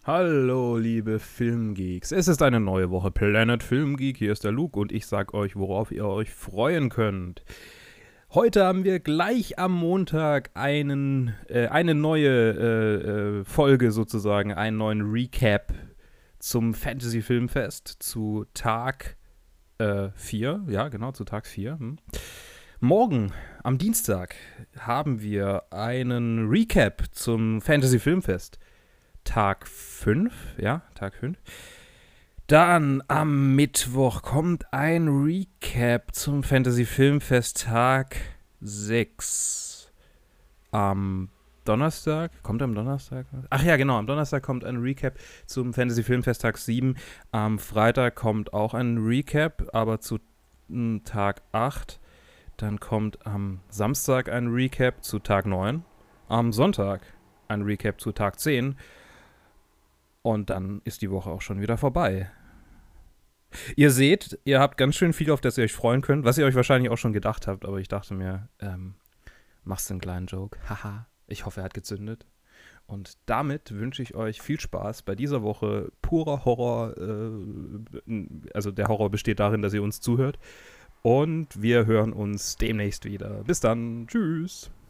Hallo, liebe Filmgeeks. Es ist eine neue Woche Planet Film Geek. Hier ist der Luke und ich sag euch, worauf ihr euch freuen könnt. Heute haben wir gleich am Montag eine neue Folge sozusagen, einen neuen Recap zum Fantasy Filmfest zu Tag 4. Ja, genau, zu Tag 4. Morgen, am Dienstag, haben wir einen Recap zum Fantasy Filmfest. Tag 5, ja, Tag 5. Dann am Mittwoch kommt ein Recap zum Fantasy Filmfest Tag 6. Am Donnerstag, kommt am Donnerstag? Ach ja, genau, am Donnerstag kommt ein Recap zum Fantasy Filmfest Tag 7. Am Freitag kommt auch ein Recap, aber zu Tag 8. Dann kommt am Samstag ein Recap zu Tag 9. Am Sonntag ein Recap zu Tag 10. Und dann ist die Woche auch schon wieder vorbei. Ihr seht, ihr habt ganz schön viel, auf das ihr euch freuen könnt, was ihr euch wahrscheinlich auch schon gedacht habt, aber ich dachte mir, machst du einen kleinen Joke. Haha, ich hoffe, er hat gezündet. Und damit wünsche ich euch viel Spaß bei dieser Woche purer Horror. Also der Horror besteht darin, dass ihr uns zuhört. Und wir hören uns demnächst wieder. Bis dann. Tschüss.